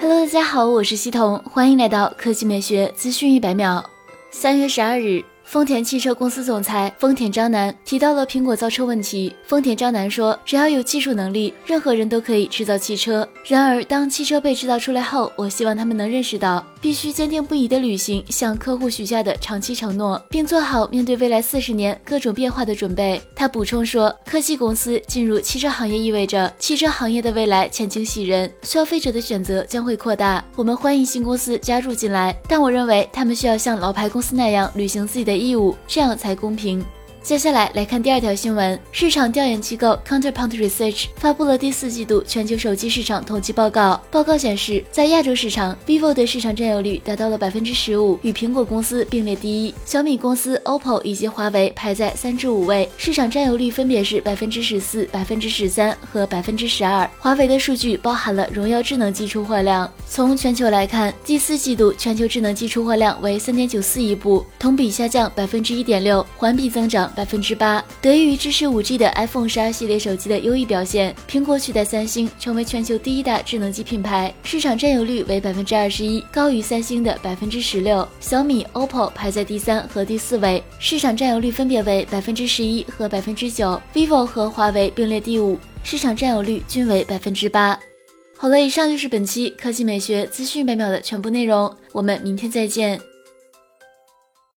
Hello， 大家好，我是西彤，欢迎来到科技美学资讯100秒。3月12日，丰田汽车公司总裁丰田章男提到了苹果造车问题。丰田章男说，只要有技术能力，任何人都可以制造汽车。然而，当汽车被制造出来后，我希望他们能认识到，必须坚定不移地履行向客户许下的长期承诺，并做好面对未来40年各种变化的准备。他补充说，科技公司进入汽车行业意味着汽车行业的未来前景喜人，消费者的选择将会扩大。我们欢迎新公司加入进来，但我认为他们需要像老牌公司那样履行自己的义务，这样才公平。接下来看第二条新闻，市场调研机构 Counterpoint Research 发布了第4季度全球手机市场统计报告。报告显示，在亚洲市场 ，vivo 的市场占有率达到了 15%， 与苹果公司并列第一，小米公司、OPPO 以及华为排在3至5位，市场占有率分别是 14%、13%和 12%。华为的数据包含了荣耀智能机出货量。从全球来看，第4季度全球智能机出货量为 3.94 亿部，同比下降 1.6%， 环比增长 8%。得益于支持 5G 的 iPhone 12系列手机的优异表现，苹果取代三星成为全球第1大智能机品牌，市场占有率为 21%， 高于三星的 16%。小米、OPPO 排在第3和第4位，市场占有率分别为 11% 和 9%。vivo 和华为并列第5，市场占有率均为 8%。好了，以上就是本期科技美学资讯100秒的全部内容，我们明天再见。